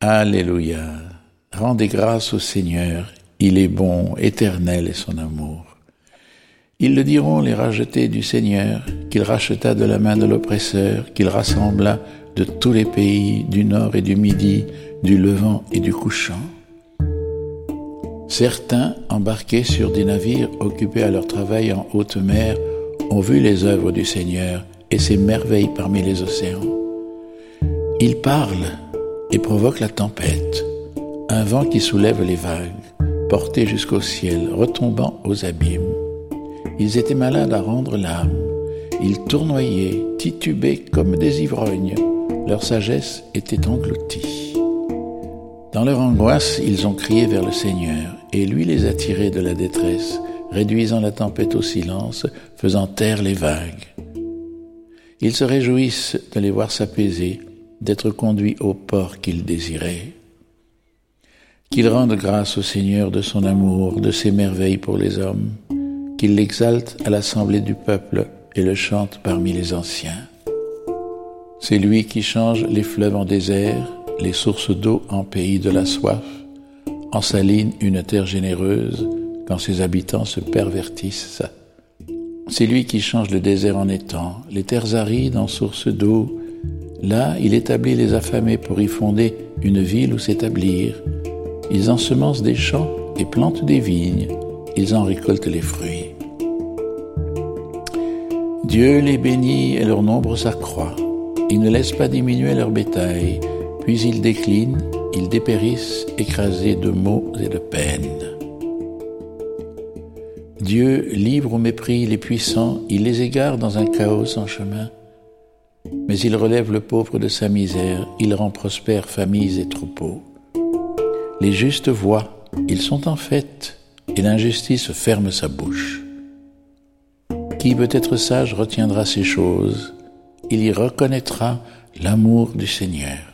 Alléluia. Rendez grâce au Seigneur, il est bon, éternel est son amour. Ils le diront, les rachetés du Seigneur, qu'il racheta de la main de l'oppresseur, qu'il rassembla de tous les pays, du nord et du midi, du levant et du couchant. Certains, embarqués sur des navires occupés à leur travail en haute mer, ont vu les œuvres du Seigneur et ses merveilles parmi les océans. Il parle et provoque la tempête, un vent qui soulève les vagues, porté jusqu'au ciel, retombant aux abîmes. Ils étaient malades à rendre l'âme, ils tournoyaient, titubaient comme des ivrognes, leur sagesse était engloutie. Dans leur angoisse, ils ont crié vers le Seigneur, et lui les a tirés de la détresse, réduisant la tempête au silence, faisant taire les vagues. Ils se réjouissent de les voir s'apaiser, d'être conduits au port qu'ils désiraient. Qu'ils rendent grâce au Seigneur de son amour, de ses merveilles pour les hommes, qu'il l'exalte à l'assemblée du peuple et le chante parmi les anciens. C'est lui qui change les fleuves en désert, les sources d'eau en pays de la soif, ensaline une terre généreuse quand ses habitants se pervertissent. C'est lui qui change le désert en étang, les terres arides en sources d'eau. Là, il établit les affamés pour y fonder une ville où s'établir. Ils ensemencent des champs et plantent des vignes. Ils en récoltent les fruits. Dieu les bénit et leur nombre s'accroît. Il ne laisse pas diminuer leur bétail, puis ils déclinent, ils dépérissent, écrasés de maux et de peines. Dieu livre au mépris les puissants, il les égare dans un chaos sans chemin. Mais il relève le pauvre de sa misère, il rend prospères familles et troupeaux. Les justes voient, ils sont en fête, et l'injustice ferme sa bouche. Qui veut être sage retiendra ces choses, il y reconnaîtra l'amour du Seigneur.